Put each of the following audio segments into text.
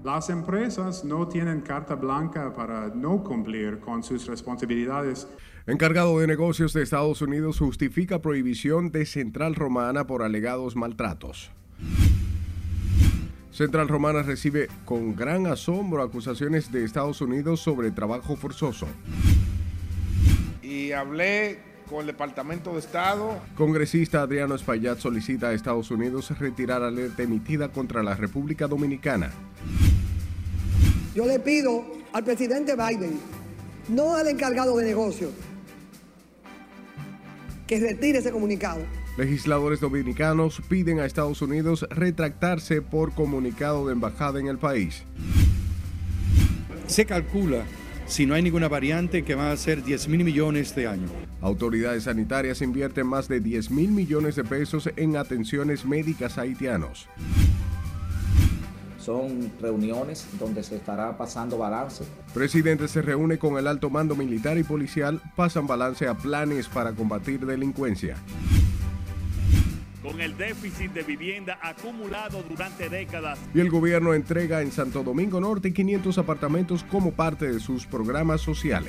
Las empresas no tienen carta blanca para no cumplir con sus responsabilidades. Encargado de negocios de Estados Unidos justifica prohibición de Central Romana por alegados maltratos. Central Romana recibe con gran asombro acusaciones de Estados Unidos sobre trabajo forzoso. Y hablé con el Departamento de Estado. Congresista Adriano Espaillat solicita a Estados Unidos retirar alerta emitida contra la República Dominicana. Yo le pido al presidente Biden, no al encargado de negocios, que retire ese comunicado. Legisladores dominicanos piden a Estados Unidos retractarse por comunicado de embajada en el país. Se calcula, si no hay ninguna variante, que van a ser 10.000 millones de años. Autoridades sanitarias invierten más de 10.000 millones de pesos en atenciones médicas a haitianos. Son reuniones donde se estará pasando balance. Presidente se reúne con el alto mando militar y policial, pasan balance a planes para combatir delincuencia. Con el déficit de vivienda acumulado durante décadas. Y el gobierno entrega en Santo Domingo Norte 500 apartamentos como parte de sus programas sociales.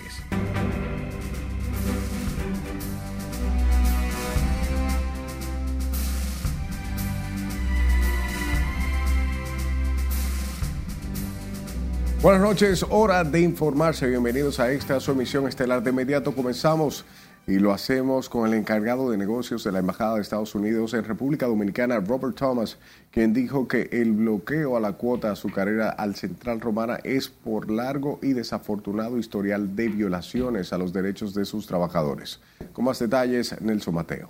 Buenas noches, hora de informarse. Bienvenidos a esta su emisión estelar. De inmediato comenzamos y lo hacemos con el encargado de negocios de la Embajada de Estados Unidos en República Dominicana, Robert Thomas, quien dijo que el bloqueo a la cuota azucarera al Central Romana es por largo y desafortunado historial de violaciones a los derechos de sus trabajadores. Con más detalles, Nelson Mateo.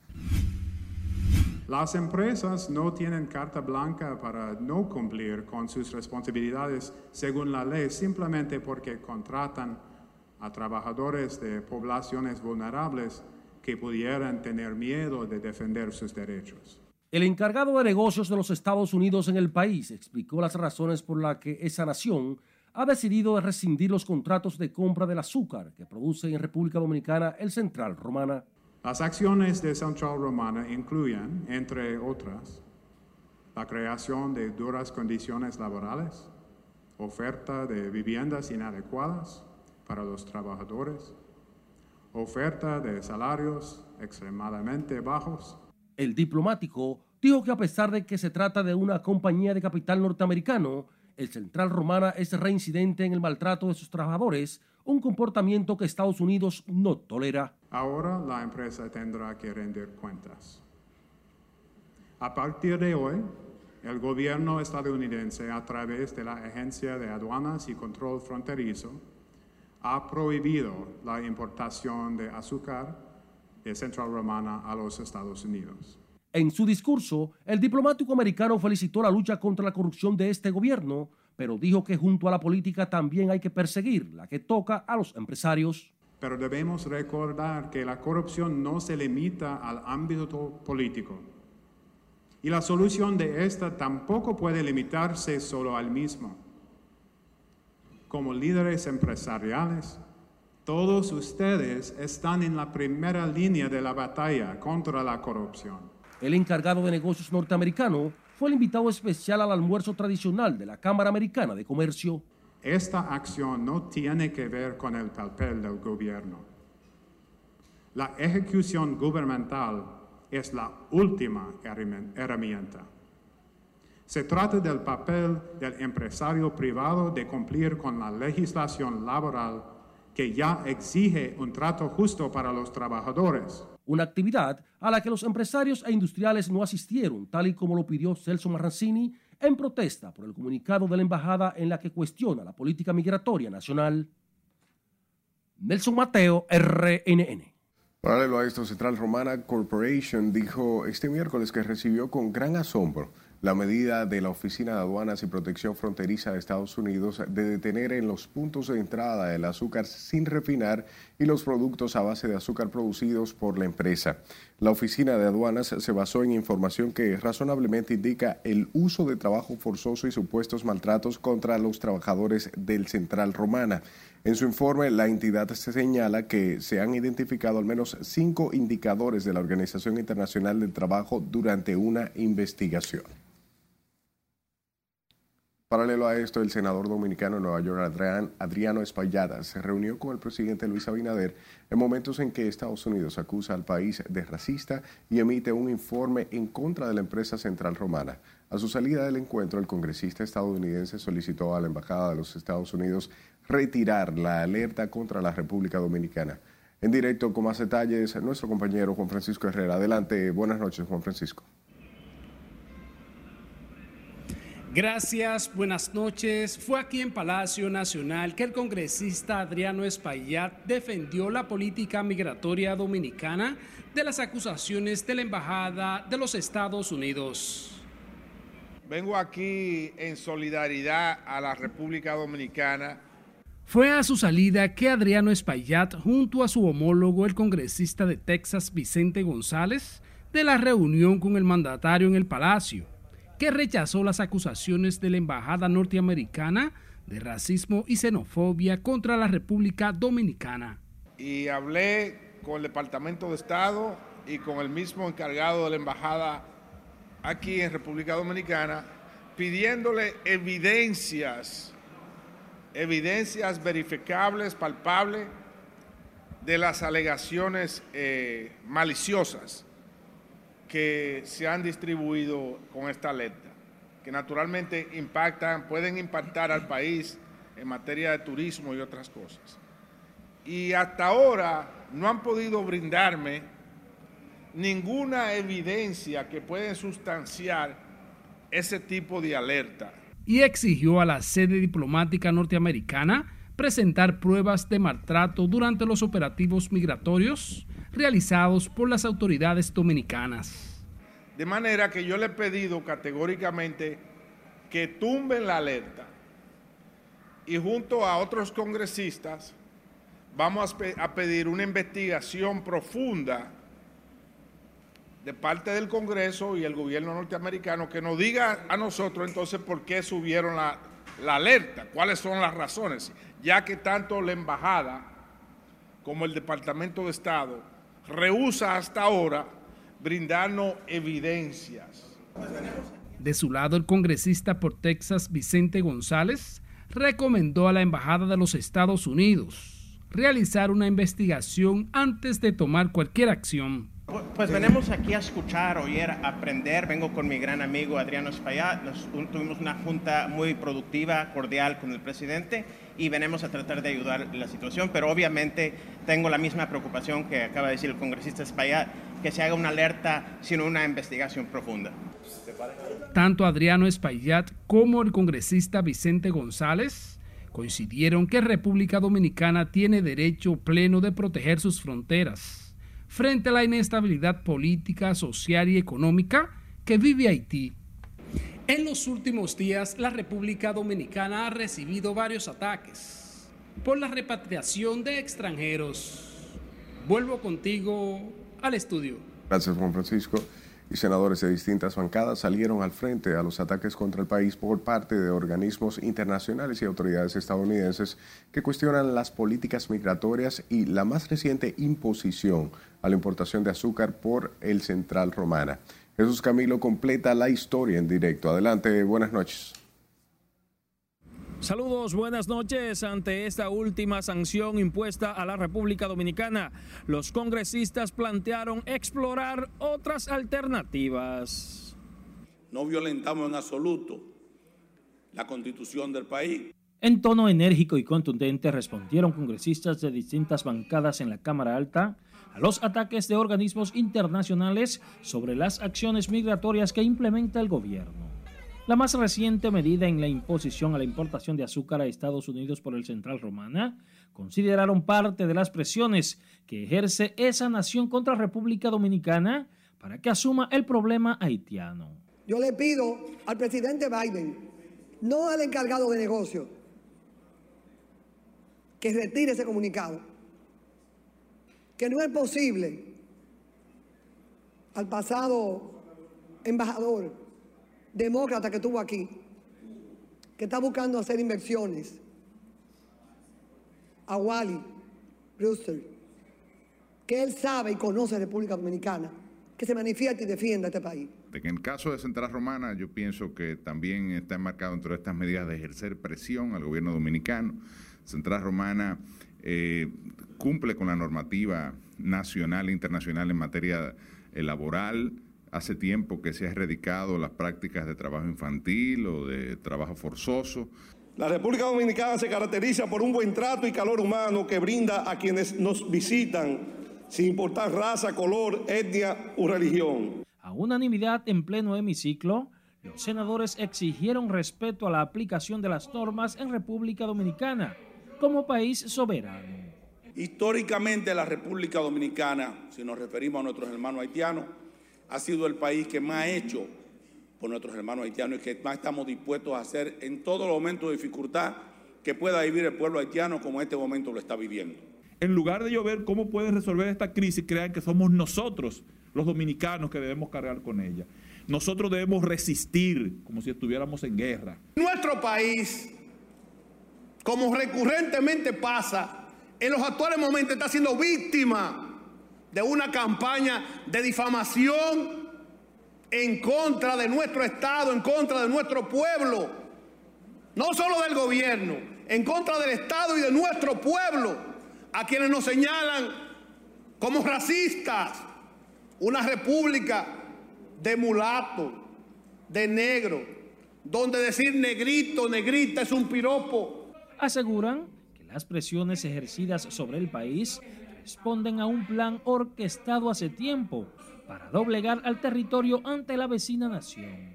Las empresas no tienen carta blanca para no cumplir con sus responsabilidades según la ley simplemente porque contratan a trabajadores de poblaciones vulnerables que pudieran tener miedo de defender sus derechos. El encargado de negocios de los Estados Unidos en el país explicó las razones por las que esa nación ha decidido rescindir los contratos de compra del azúcar que produce en República Dominicana el Central Romana. Las acciones de Central Romana incluyen, entre otras, la creación de duras condiciones laborales, oferta de viviendas inadecuadas para los trabajadores, oferta de salarios extremadamente bajos. El diplomático dijo que a pesar de que se trata de una compañía de capital norteamericano, el Central Romana es reincidente en el maltrato de sus trabajadores, un comportamiento que Estados Unidos no tolera. Ahora la empresa tendrá que rendir cuentas. A partir de hoy, el gobierno estadounidense, a través de la Agencia de Aduanas y Control Fronterizo, ha prohibido la importación de azúcar de Central Romana a los Estados Unidos. En su discurso, el diplomático americano felicitó la lucha contra la corrupción de este gobierno, pero dijo que junto a la política también hay que perseguir la que toca a los empresarios. Pero debemos recordar que la corrupción no se limita al ámbito político. Y la solución de esta tampoco puede limitarse solo al mismo. Como líderes empresariales, todos ustedes están en la primera línea de la batalla contra la corrupción. El encargado de negocios norteamericano fue el invitado especial al almuerzo tradicional de la Cámara Americana de Comercio. Esta acción no tiene que ver con el papel del gobierno. La ejecución gubernamental es la última herramienta. Se trata del papel del empresario privado de cumplir con la legislación laboral que ya exige un trato justo para los trabajadores. Una actividad a la que los empresarios e industriales no asistieron, tal y como lo pidió Celso Marrancini en protesta por el comunicado de la embajada en la que cuestiona la política migratoria nacional. Nelson Mateo, RNN. Paralelo a esto, Central Romana Corporation dijo este miércoles que recibió con gran asombro la medida de la Oficina de Aduanas y Protección Fronteriza de Estados Unidos de detener en los puntos de entrada el azúcar sin refinar y los productos a base de azúcar producidos por la empresa. La Oficina de Aduanas se basó en información que razonablemente indica el uso de trabajo forzoso y supuestos maltratos contra los trabajadores del Central Romana. En su informe, la entidad se señala que se han identificado al menos 5 indicadores de la Organización Internacional del Trabajo durante una investigación. Paralelo a esto, el senador dominicano en Nueva York, Adriano Espaillat, se reunió con el presidente Luis Abinader en momentos en que Estados Unidos acusa al país de racista y emite un informe en contra de la empresa Central Romana. A su salida del encuentro, el congresista estadounidense solicitó a la Embajada de los Estados Unidos retirar la alerta contra la República Dominicana. En directo con más detalles, nuestro compañero Juan Francisco Herrera. Adelante, buenas noches, Juan Francisco. Gracias, buenas noches. Fue aquí en Palacio Nacional que el congresista Adriano Espaillat defendió la política migratoria dominicana de las acusaciones de la Embajada de los Estados Unidos. Vengo aquí en solidaridad a la República Dominicana. Fue a su salida que Adriano Espaillat, junto a su homólogo, el congresista de Texas, Vicente González, de la reunión con el mandatario en el Palacio, que rechazó las acusaciones de la Embajada norteamericana de racismo y xenofobia contra la República Dominicana. Y hablé con el Departamento de Estado y con el mismo encargado de la Embajada aquí en República Dominicana, pidiéndole evidencias verificables, palpables, de las alegaciones maliciosas que se han distribuido con esta alerta, que naturalmente pueden impactar al país en materia de turismo y otras cosas. Y hasta ahora no han podido brindarme ninguna evidencia que pueda sustanciar ese tipo de alerta. Y exigió a la sede diplomática norteamericana presentar pruebas de maltrato durante los operativos migratorios realizados por las autoridades dominicanas. De manera que yo le he pedido categóricamente que tumben la alerta y junto a otros congresistas vamos a pedir una investigación profunda de parte del Congreso y el gobierno norteamericano que nos diga a nosotros entonces por qué subieron la alerta, cuáles son las razones, ya que tanto la Embajada como el Departamento de Estado rehúsa hasta ahora brindarnos evidencias. De su lado, el congresista por Texas, Vicente González, recomendó a la Embajada de los Estados Unidos realizar una investigación antes de tomar cualquier acción. Pues venimos aquí a escuchar, oír, aprender. Vengo con mi gran amigo Adriano Espaillat. Tuvimos una junta muy productiva, cordial con el presidente y venimos a tratar de ayudar en la situación, pero obviamente tengo la misma preocupación que acaba de decir el congresista Espaillat, que se haga una alerta sino una investigación profunda. Tanto Adriano Espaillat como el congresista Vicente González coincidieron que República Dominicana tiene derecho pleno de proteger sus fronteras frente a la inestabilidad política, social y económica que vive Haití. En los últimos días, la República Dominicana ha recibido varios ataques por la repatriación de extranjeros. Vuelvo contigo al estudio. Gracias, Juan Francisco. Y senadores de distintas bancadas salieron al frente a los ataques contra el país por parte de organismos internacionales y autoridades estadounidenses que cuestionan las políticas migratorias y la más reciente imposición a la importación de azúcar por el Central Romana. Jesús Camilo completa la historia en directo. Adelante, buenas noches. Saludos, buenas noches. Ante esta última sanción impuesta a la República Dominicana, los congresistas plantearon explorar otras alternativas. No violentamos en absoluto la Constitución del país. En tono enérgico y contundente respondieron congresistas de distintas bancadas en la Cámara Alta a los ataques de organismos internacionales sobre las acciones migratorias que implementa el gobierno. La más reciente medida en la imposición a la importación de azúcar a Estados Unidos por el Central Romana consideraron parte de las presiones que ejerce esa nación contra República Dominicana para que asuma el problema haitiano. Yo le pido al presidente Biden, no al encargado de negocios, que retire ese comunicado. Que no es posible al pasado embajador demócrata que estuvo aquí, que está buscando hacer inversiones, a Wally Brewster, que él sabe y conoce a República Dominicana, que se manifieste y defienda este país. importante. En el caso de Central Romana, yo pienso que también está enmarcado dentro de estas medidas de ejercer presión al gobierno dominicano. Central Romana cumple con la normativa nacional e internacional en materia laboral. Hace tiempo que se ha erradicado las prácticas de trabajo infantil o de trabajo forzoso. La República Dominicana se caracteriza por un buen trato y calor humano que brinda a quienes nos visitan, sin importar raza, color, etnia o religión. A unanimidad en pleno hemiciclo, los senadores exigieron respeto a la aplicación de las normas en República Dominicana como país soberano. Históricamente la República Dominicana, si nos referimos a nuestros hermanos haitianos, ha sido el país que más ha hecho por nuestros hermanos haitianos y que más estamos dispuestos a hacer en todo momento de dificultad que pueda vivir el pueblo haitiano como en este momento lo está viviendo. En lugar de yo ver cómo puede resolver esta crisis, crean que somos nosotros, los dominicanos, que debemos cargar con ella. Nosotros debemos resistir como si estuviéramos en guerra. Nuestro país, como recurrentemente pasa, en los actuales momentos está siendo víctima de una campaña de difamación en contra de nuestro Estado, en contra de nuestro pueblo, no solo del gobierno, en contra del Estado y de nuestro pueblo, a quienes nos señalan como racistas, una república de mulatos, de negro, donde decir negrito, negrita es un piropo. Aseguran que las presiones ejercidas sobre el país responden a un plan orquestado hace tiempo para doblegar al territorio ante la vecina nación.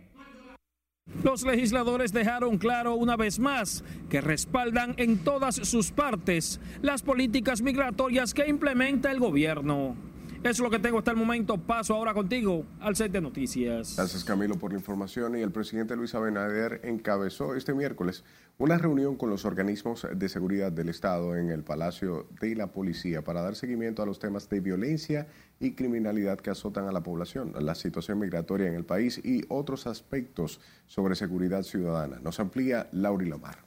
Los legisladores dejaron claro una vez más que respaldan en todas sus partes las políticas migratorias que implementa el gobierno. Eso es lo que tengo hasta el momento. Paso ahora contigo al set de noticias. Gracias, Camilo, por la información. Y el presidente Luis Abinader encabezó este miércoles una reunión con los organismos de seguridad del Estado en el Palacio de la Policía para dar seguimiento a los temas de violencia y criminalidad que azotan a la población, la situación migratoria en el país y otros aspectos sobre seguridad ciudadana. Nos amplía Lauri Lamar.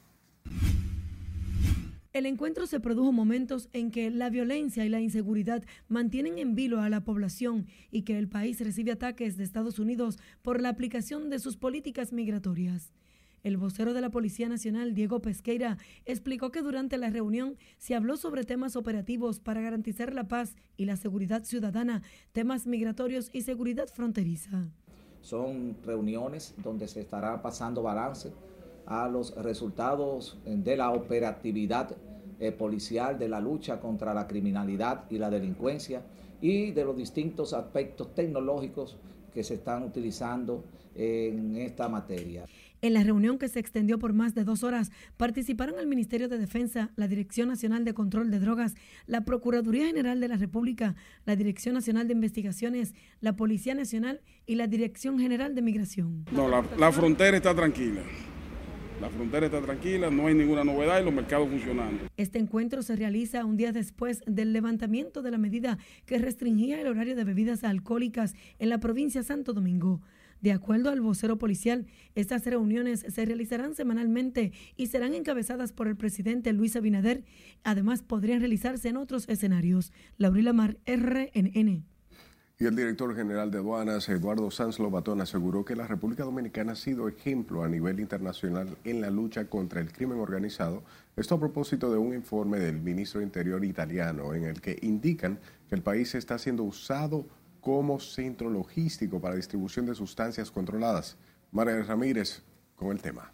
El encuentro se produjo momentos en que la violencia y la inseguridad mantienen en vilo a la población y que el país recibe ataques de Estados Unidos por la aplicación de sus políticas migratorias. El vocero de la Policía Nacional, Diego Pesqueira, explicó que durante la reunión se habló sobre temas operativos para garantizar la paz y la seguridad ciudadana, temas migratorios y seguridad fronteriza. Son reuniones donde se estará pasando balance a los resultados de la operatividad policial, de la lucha contra la criminalidad y la delincuencia y de los distintos aspectos tecnológicos que se están utilizando en esta materia. En la reunión, que se extendió por más de 2 horas, participaron el Ministerio de Defensa, la Dirección Nacional de Control de Drogas, la Procuraduría General de la República, la Dirección Nacional de Investigaciones, la Policía Nacional y la Dirección General de Migración. No, la frontera está tranquila. La frontera está tranquila, no hay ninguna novedad y los mercados funcionando. Este encuentro se realiza un día después del levantamiento de la medida que restringía el horario de bebidas alcohólicas en la provincia de Santo Domingo. De acuerdo al vocero policial, estas reuniones se realizarán semanalmente y serán encabezadas por el presidente Luis Abinader. Además, podrían realizarse en otros escenarios. Lauri Lamar, RNN. Y el director general de aduanas, Eduardo Sanz Lobatón, aseguró que la República Dominicana ha sido ejemplo a nivel internacional en la lucha contra el crimen organizado. Esto a propósito de un informe del ministro de Interior italiano en el que indican que el país está siendo usado como centro logístico para distribución de sustancias controladas. María Ramírez con el tema.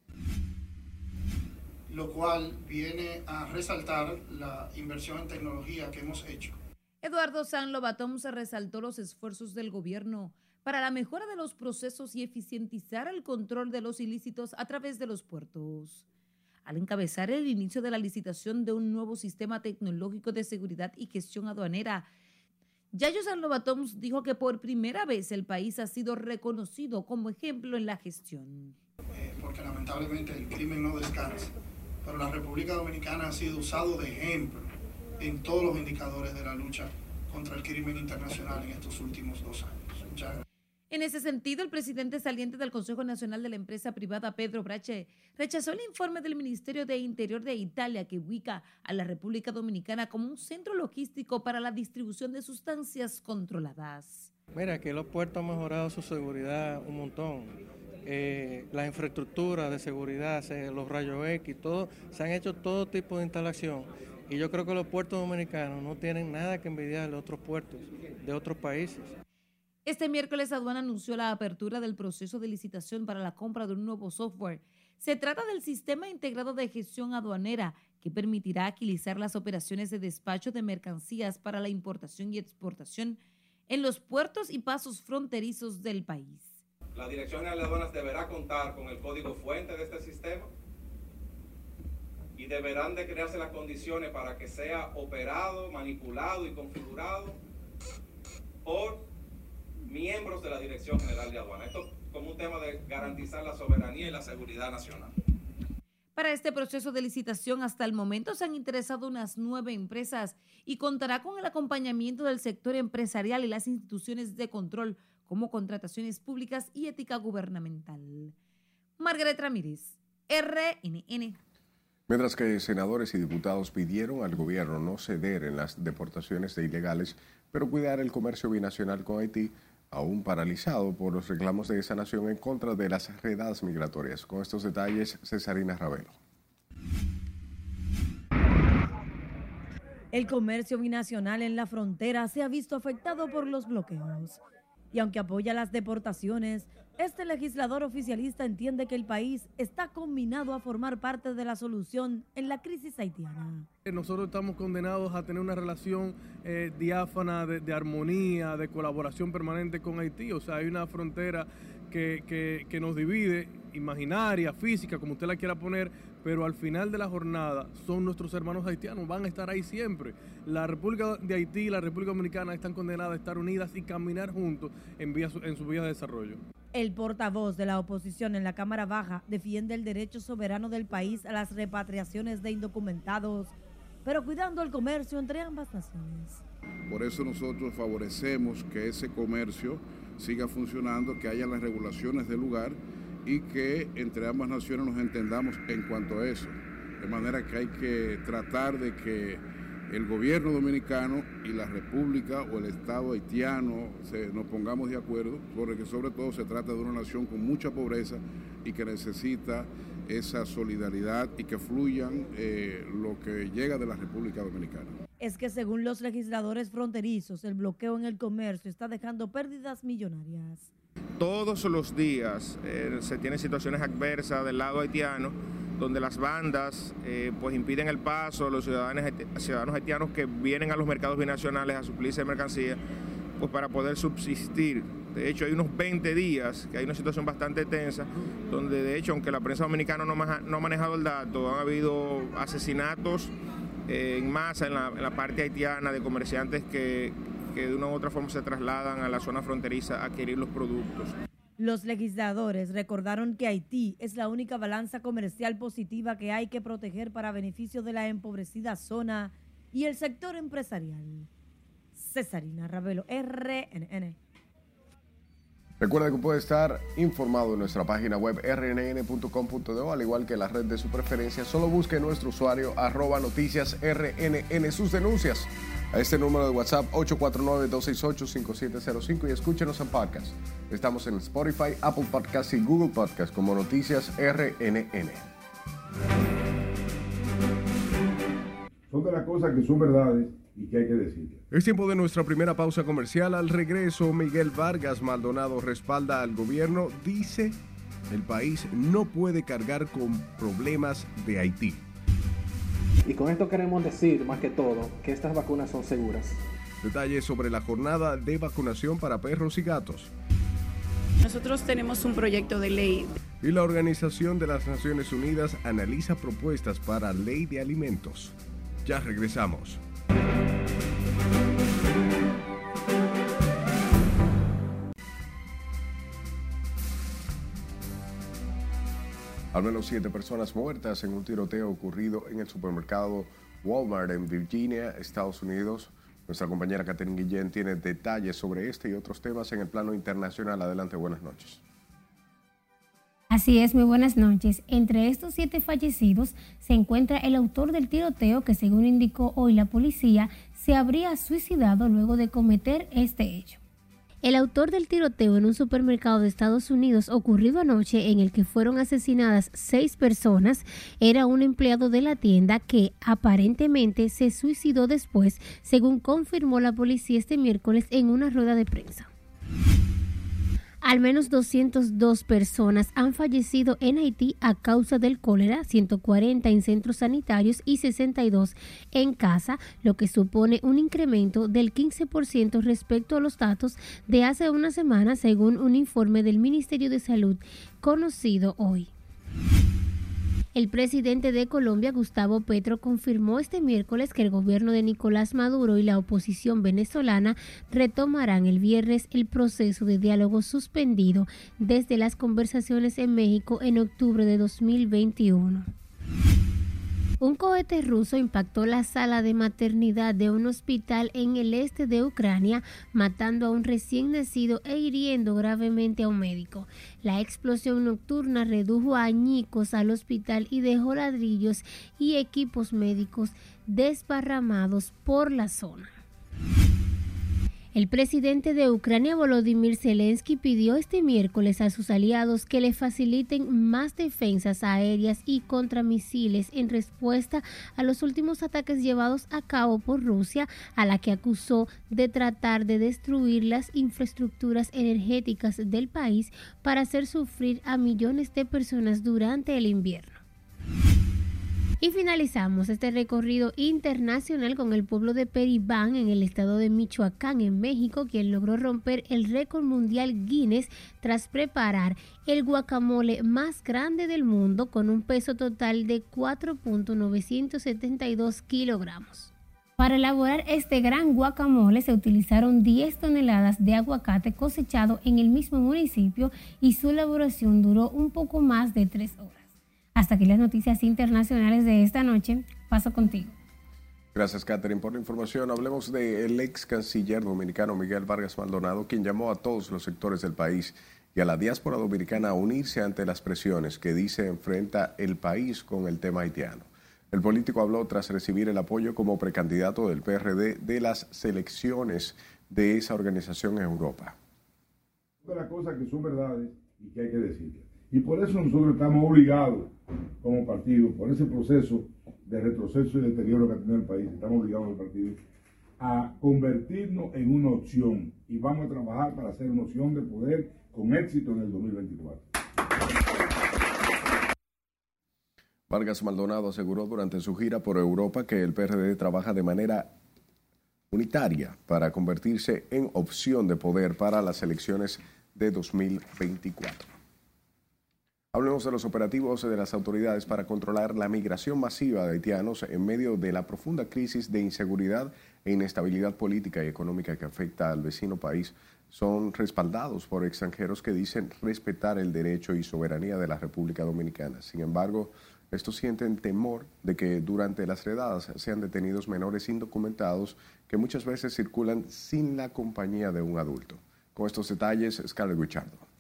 Lo cual viene a resaltar la inversión en tecnología que hemos hecho. Eduardo Sanz Lobatón se resaltó los esfuerzos del gobierno para la mejora de los procesos y eficientizar el control de los ilícitos a través de los puertos. Al encabezar el inicio de la licitación de un nuevo sistema tecnológico de seguridad y gestión aduanera, Yayo Sanz Lobatón dijo que por primera vez el país ha sido reconocido como ejemplo en la gestión. Porque lamentablemente el crimen no descansa, pero la República Dominicana ha sido usado de ejemplo en todos los indicadores de la lucha contra el crimen internacional en estos últimos 2 años. Muchas gracias. En ese sentido, el presidente saliente del Consejo Nacional de la Empresa Privada, Pedro Brache, rechazó el informe del Ministerio de Interior de Italia que ubica a la República Dominicana como un centro logístico para la distribución de sustancias controladas. Mira, que los puertos han mejorado su seguridad un montón. La infraestructura de seguridad, los rayos X, todo, se han hecho todo tipo de instalación. Y yo creo que los puertos dominicanos no tienen nada que envidiarle a otros puertos de otros países. Este miércoles Aduana anunció la apertura del proceso de licitación para la compra de un nuevo software. Se trata del Sistema Integrado de Gestión Aduanera, que permitirá agilizar las operaciones de despacho de mercancías para la importación y exportación en los puertos y pasos fronterizos del país. La Dirección General de Aduanas deberá contar con el código fuente de este sistema y deberán de crearse las condiciones para que sea operado, manipulado y configurado por miembros de la Dirección General de Aduanas. Esto como un tema de garantizar la soberanía y la seguridad nacional. Para este proceso de licitación, hasta el momento se han interesado unas 9 empresas y contará con el acompañamiento del sector empresarial y las instituciones de control, como contrataciones públicas y ética gubernamental. Margaret Ramírez, RNN. Mientras que senadores y diputados pidieron al gobierno no ceder en las deportaciones de ilegales, pero cuidar el comercio binacional con Haití, aún paralizado por los reclamos de esa nación en contra de las redadas migratorias. Con estos detalles, Cesarina Ravelo. El comercio binacional en la frontera se ha visto afectado por los bloqueos. Y aunque apoya las deportaciones, este legislador oficialista entiende que el país está combinado a formar parte de la solución en la crisis haitiana. Nosotros estamos condenados a tener una relación diáfana, de armonía, de colaboración permanente con Haití. O sea, hay una frontera que nos divide, imaginaria, física, como usted la quiera poner, pero al final de la jornada son nuestros hermanos haitianos, van a estar ahí siempre. La República de Haití y la República Dominicana están condenadas a estar unidas y caminar juntos en su vía de desarrollo. El portavoz de la oposición en la Cámara Baja defiende el derecho soberano del país a las repatriaciones de indocumentados, pero cuidando el comercio entre ambas naciones. Por eso nosotros favorecemos que ese comercio siga funcionando, que haya las regulaciones del lugar y que entre ambas naciones nos entendamos en cuanto a eso. De manera que hay que tratar de que el gobierno dominicano y la República o el Estado haitiano nos pongamos de acuerdo, porque sobre todo se trata de una nación con mucha pobreza y que necesita esa solidaridad y que fluyan lo que llega de la República Dominicana. Es que según los legisladores fronterizos, el bloqueo en el comercio está dejando pérdidas millonarias. Todos los días se tienen situaciones adversas del lado haitiano, donde las bandas pues impiden el paso a los ciudadanos haitianos que vienen a los mercados binacionales a suplirse de mercancías, pues para poder subsistir. De hecho, hay unos 20 días que hay una situación bastante tensa, donde de hecho, aunque la prensa dominicana no ha manejado el dato, han habido asesinatos en masa en la parte haitiana de comerciantes que de una u otra forma se trasladan a la zona fronteriza a adquirir los productos. Los legisladores recordaron que Haití es la única balanza comercial positiva que hay que proteger para beneficio de la empobrecida zona y el sector empresarial. Cesarina Ravelo, RNN. Recuerda que puede estar informado en nuestra página web rnn.com.do, al igual que la red de su preferencia. Solo busque nuestro usuario @noticiasrnn. Sus denuncias a este número de WhatsApp 849-268-5705 y escúchenos en podcast. Estamos en Spotify, Apple Podcasts y Google Podcasts como Noticias RNN. Son de las cosas que son verdades y que hay que decir. Es tiempo de nuestra primera pausa comercial. Al regreso, Miguel Vargas Maldonado respalda al gobierno. Dice, el país no puede cargar con problemas de Haití. Y con esto queremos decir, más que todo, que estas vacunas son seguras. Detalles sobre la jornada de vacunación para perros y gatos. Nosotros tenemos un proyecto de ley. Y la Organización de las Naciones Unidas analiza propuestas para ley de alimentos. Ya regresamos. Al menos 7 personas muertas en un tiroteo ocurrido en el supermercado Walmart en Virginia, Estados Unidos. Nuestra compañera Catherine Guillén tiene detalles sobre este y otros temas en el plano internacional. Adelante, buenas noches. Así es, muy buenas noches. Entre estos 7 fallecidos se encuentra el autor del tiroteo que, según indicó hoy la policía, se habría suicidado luego de cometer este hecho. El autor del tiroteo en un supermercado de Estados Unidos ocurrido anoche, en el que fueron asesinadas 6 personas, era un empleado de la tienda que aparentemente se suicidó después, según confirmó la policía este miércoles en una rueda de prensa. Al menos 202 personas han fallecido en Haití a causa del cólera, 140 en centros sanitarios y 62 en casa, lo que supone un incremento del 15% respecto a los datos de hace una semana, según un informe del Ministerio de Salud conocido hoy. El presidente de Colombia, Gustavo Petro, confirmó este miércoles que el gobierno de Nicolás Maduro y la oposición venezolana retomarán el viernes el proceso de diálogo suspendido desde las conversaciones en México en octubre de 2021. Un cohete ruso impactó la sala de maternidad de un hospital en el este de Ucrania, matando a un recién nacido e hiriendo gravemente a un médico. La explosión nocturna redujo a añicos al hospital y dejó ladrillos y equipos médicos desparramados por la zona. El presidente de Ucrania, Volodymyr Zelensky, pidió este miércoles a sus aliados que le faciliten más defensas aéreas y contramisiles en respuesta a los últimos ataques llevados a cabo por Rusia, a la que acusó de tratar de destruir las infraestructuras energéticas del país para hacer sufrir a millones de personas durante el invierno. Y finalizamos este recorrido internacional con el pueblo de Peribán, en el estado de Michoacán, en México, quien logró romper el récord mundial Guinness tras preparar el guacamole más grande del mundo con un peso total de 4.972 kilogramos. Para elaborar este gran guacamole se utilizaron 10 toneladas de aguacate cosechado en el mismo municipio y su elaboración duró un poco más de 3 horas. Hasta aquí las noticias internacionales de esta noche. Paso contigo. Gracias, Catherine, por la información. Hablemos del ex canciller dominicano Miguel Vargas Maldonado, quien llamó a todos los sectores del país y a la diáspora dominicana a unirse ante las presiones que dice enfrenta el país con el tema haitiano. El político habló tras recibir el apoyo como precandidato del PRD de las selecciones de esa organización en Europa. Una de las cosas que son verdades y que hay que decir. Y por eso nosotros estamos obligados como partido, por ese proceso de retroceso y deterioro que ha tenido el país, estamos obligados como partido a convertirnos en una opción y vamos a trabajar para hacer una opción de poder con éxito en el 2024. Vargas Maldonado aseguró durante su gira por Europa que el PRD trabaja de manera unitaria para convertirse en opción de poder para las elecciones de 2024. Hablemos de los operativos de las autoridades para controlar la migración masiva de haitianos en medio de la profunda crisis de inseguridad e inestabilidad política y económica que afecta al vecino país. Son respaldados por extranjeros que dicen respetar el derecho y soberanía de la República Dominicana. Sin embargo, estos sienten temor de que durante las redadas sean detenidos menores indocumentados que muchas veces circulan sin la compañía de un adulto. Con estos detalles, Scarlett Guichardo.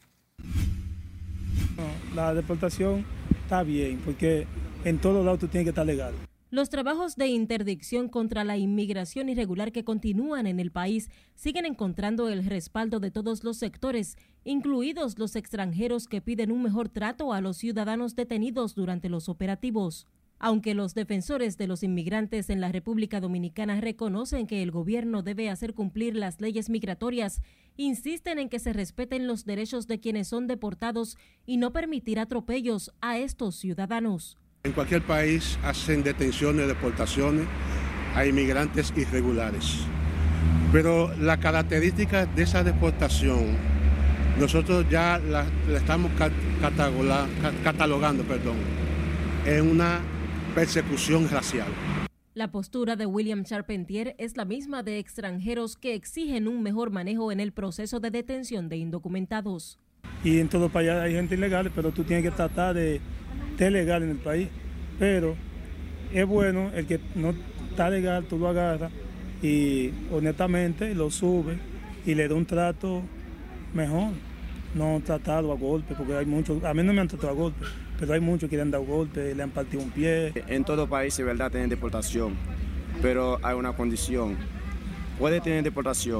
La deportación está bien, porque en todos lados tú tienes que estar legal. Los trabajos de interdicción contra la inmigración irregular que continúan en el país siguen encontrando el respaldo de todos los sectores, incluidos los extranjeros que piden un mejor trato a los ciudadanos detenidos durante los operativos. Aunque los defensores de los inmigrantes en la República Dominicana reconocen que el gobierno debe hacer cumplir las leyes migratorias, insisten en que se respeten los derechos de quienes son deportados y no permitir atropellos a estos ciudadanos. En cualquier país hacen detenciones, deportaciones a inmigrantes irregulares. Pero la característica de esa deportación, nosotros ya la estamos catalogando, en una persecución racial. La postura de William Charpentier es la misma de extranjeros que exigen un mejor manejo en el proceso de detención de indocumentados. Y en todo país hay gente ilegal, pero tú tienes que tratar de legal en el país. Pero es bueno el que no está legal, tú lo agarras y honestamente lo subes y le da un trato mejor. No tratado a golpe, porque hay muchos, a mí no me han tratado a golpe, pero hay muchos que le han dado golpe, le han partido un pie. En todo país, de verdad, tienen deportación, pero hay una condición. Puede tener deportación,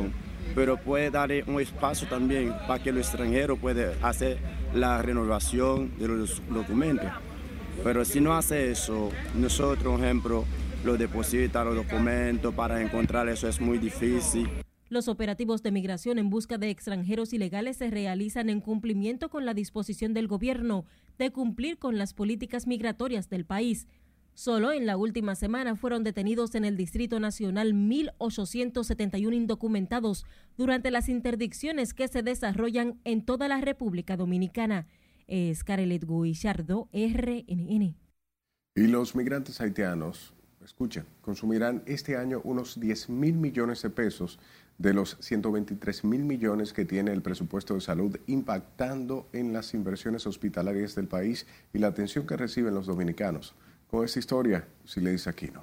pero puede darle un espacio también para que los extranjeros puedan hacer la renovación de los documentos. Pero si no hace eso, nosotros, por ejemplo, lo depositan los documentos, para encontrar eso es muy difícil. Los operativos de migración en busca de extranjeros ilegales se realizan en cumplimiento con la disposición del gobierno de cumplir con las políticas migratorias del país. Solo en la última semana fueron detenidos en el Distrito Nacional 1.871 indocumentados durante las interdicciones que se desarrollan en toda la República Dominicana. Scarlett Guillardo, RNN. Y los migrantes haitianos, escuchen, consumirán este año unos 10.000 millones de pesos de los 123.000 millones que tiene el presupuesto de salud, impactando en las inversiones hospitalarias del país y la atención que reciben los dominicanos. Con esta historia, Siledis Aquino.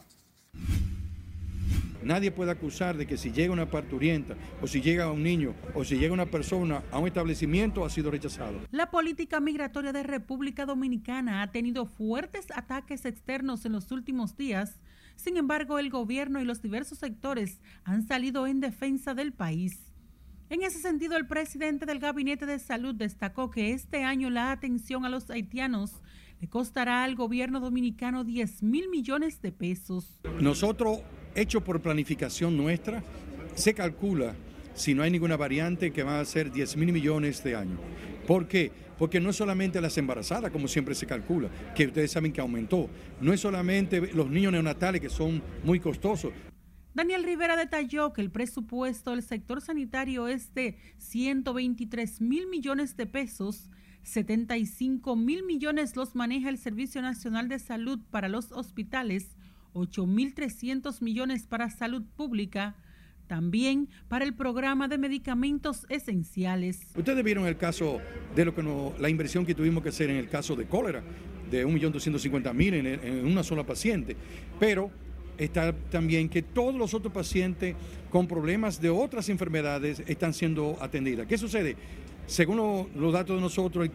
Nadie puede acusar de que si llega una parturienta o si llega un niño o si llega una persona a un establecimiento ha sido rechazado. La política migratoria de República Dominicana ha tenido fuertes ataques externos en los últimos días. Sin embargo, el gobierno y los diversos sectores han salido en defensa del país. En ese sentido, el presidente del Gabinete de Salud destacó que este año la atención a los haitianos le costará al gobierno dominicano 10.000 millones de pesos. Nosotros, hecho por planificación nuestra, se calcula, si no hay ninguna variante, que van a ser 10.000 millones de año. ¿Por qué? Porque no es solamente las embarazadas, como siempre se calcula, que ustedes saben que aumentó. No es solamente los niños neonatales, que son muy costosos. Daniel Rivera detalló que el presupuesto del sector sanitario es de 123.000 millones de pesos, 75.000 millones los maneja el Servicio Nacional de Salud para los hospitales, 8.300 millones para salud pública, también para el programa de medicamentos esenciales. Ustedes vieron el caso de la inversión que tuvimos que hacer en el caso de cólera, de 1.250.000 en una sola paciente, pero está también que todos los otros pacientes con problemas de otras enfermedades están siendo atendidos. ¿Qué sucede? Según los datos de nosotros, el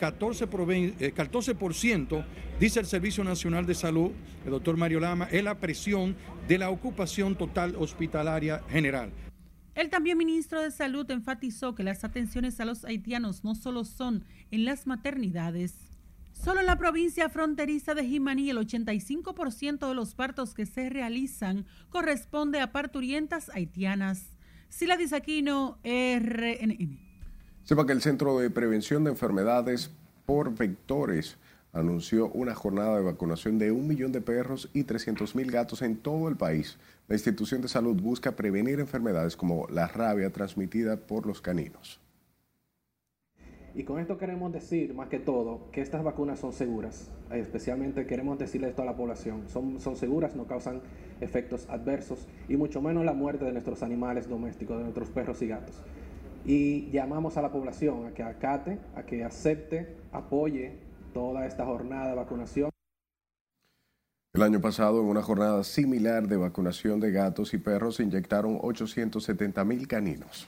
14%, dice el Servicio Nacional de Salud, el doctor Mario Lama, es la presión de la ocupación total hospitalaria general. El también ministro de Salud enfatizó que las atenciones a los haitianos no solo son en las maternidades. Solo en la provincia fronteriza de Jimaní, el 85% de los partos que se realizan corresponde a parturientas haitianas. Siledis Aquino, RNN. Sepa que el Centro de Prevención de Enfermedades por Vectores anunció una jornada de vacunación de 1 millón de perros y 300.000 gatos en todo el país. La institución de salud busca prevenir enfermedades como la rabia transmitida por los caninos. Y con esto queremos decir, más que todo, que estas vacunas son seguras. Especialmente queremos decirle esto a la población. Son seguras, no causan efectos adversos y mucho menos la muerte de nuestros animales domésticos, de nuestros perros y gatos. Y llamamos a la población a que acate, a que acepte, apoye toda esta jornada de vacunación. El año pasado, en una jornada similar de vacunación de gatos y perros, se inyectaron 870.000 caninos.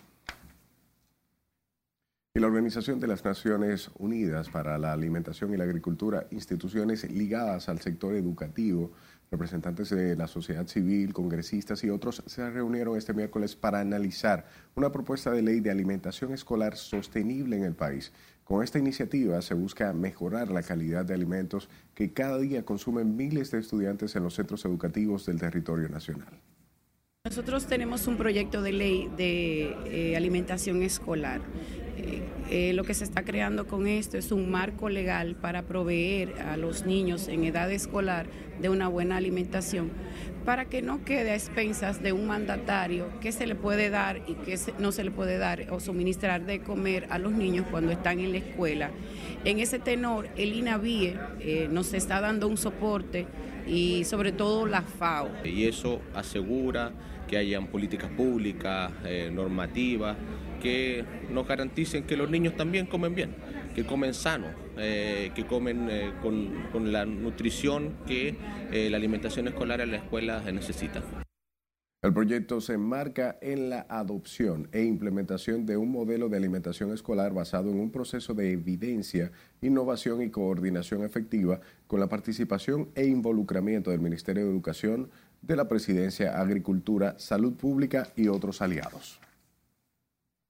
Y la Organización de las Naciones Unidas para la Alimentación y la Agricultura, instituciones ligadas al sector educativo, representantes de la sociedad civil, congresistas y otros se reunieron este miércoles para analizar una propuesta de ley de alimentación escolar sostenible en el país. Con esta iniciativa se busca mejorar la calidad de alimentos que cada día consumen miles de estudiantes en los centros educativos del territorio nacional. Nosotros tenemos un proyecto de ley de alimentación escolar. Lo que se está creando con esto es un marco legal para proveer a los niños en edad escolar de una buena alimentación, para que no quede a expensas de un mandatario qué se le puede dar y qué no se le puede dar o suministrar de comer a los niños cuando están en la escuela. En ese tenor, el INAVIE nos está dando un soporte y sobre todo la FAO. Y eso asegura que hayan políticas públicas, normativas, que nos garanticen que los niños también comen bien, que comen sano, que comen con la nutrición que la alimentación escolar en la escuela necesita. El proyecto se enmarca en la adopción e implementación de un modelo de alimentación escolar basado en un proceso de evidencia, innovación y coordinación efectiva con la participación e involucramiento del Ministerio de Educación, de la Presidencia, Agricultura, Salud Pública y otros aliados.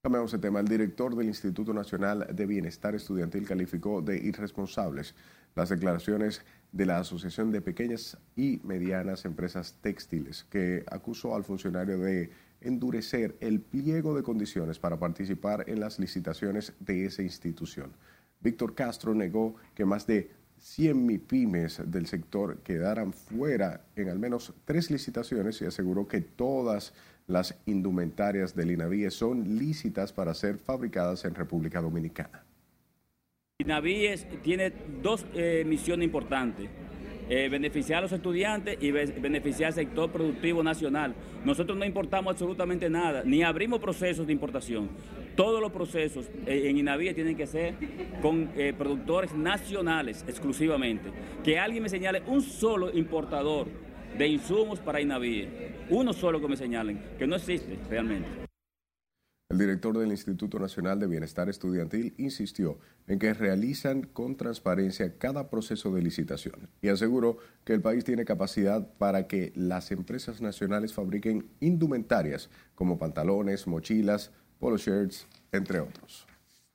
Cambiamos de tema. El director del Instituto Nacional de Bienestar Estudiantil calificó de irresponsables las declaraciones de la Asociación de Pequeñas y Medianas Empresas Textiles, que acusó al funcionario de endurecer el pliego de condiciones para participar en las licitaciones de esa institución. Víctor Castro negó que más de 100 MIPYMES del sector quedaran fuera en al menos 3 licitaciones y aseguró que todas las indumentarias del INAVIE son lícitas para ser fabricadas en República Dominicana. INAVIE tiene 2 misiones importantes: beneficiar a los estudiantes y beneficiar al sector productivo nacional. Nosotros no importamos absolutamente nada, ni abrimos procesos de importación. Todos los procesos en INAVIE tienen que ser con productores nacionales exclusivamente. Que alguien me señale un solo importador de insumos para INAVIE, uno solo que me señalen, que no existe realmente. El director del Instituto Nacional de Bienestar Estudiantil insistió en que realizan con transparencia cada proceso de licitación y aseguró que el país tiene capacidad para que las empresas nacionales fabriquen indumentarias como pantalones, mochilas, polo shirts, entre otros.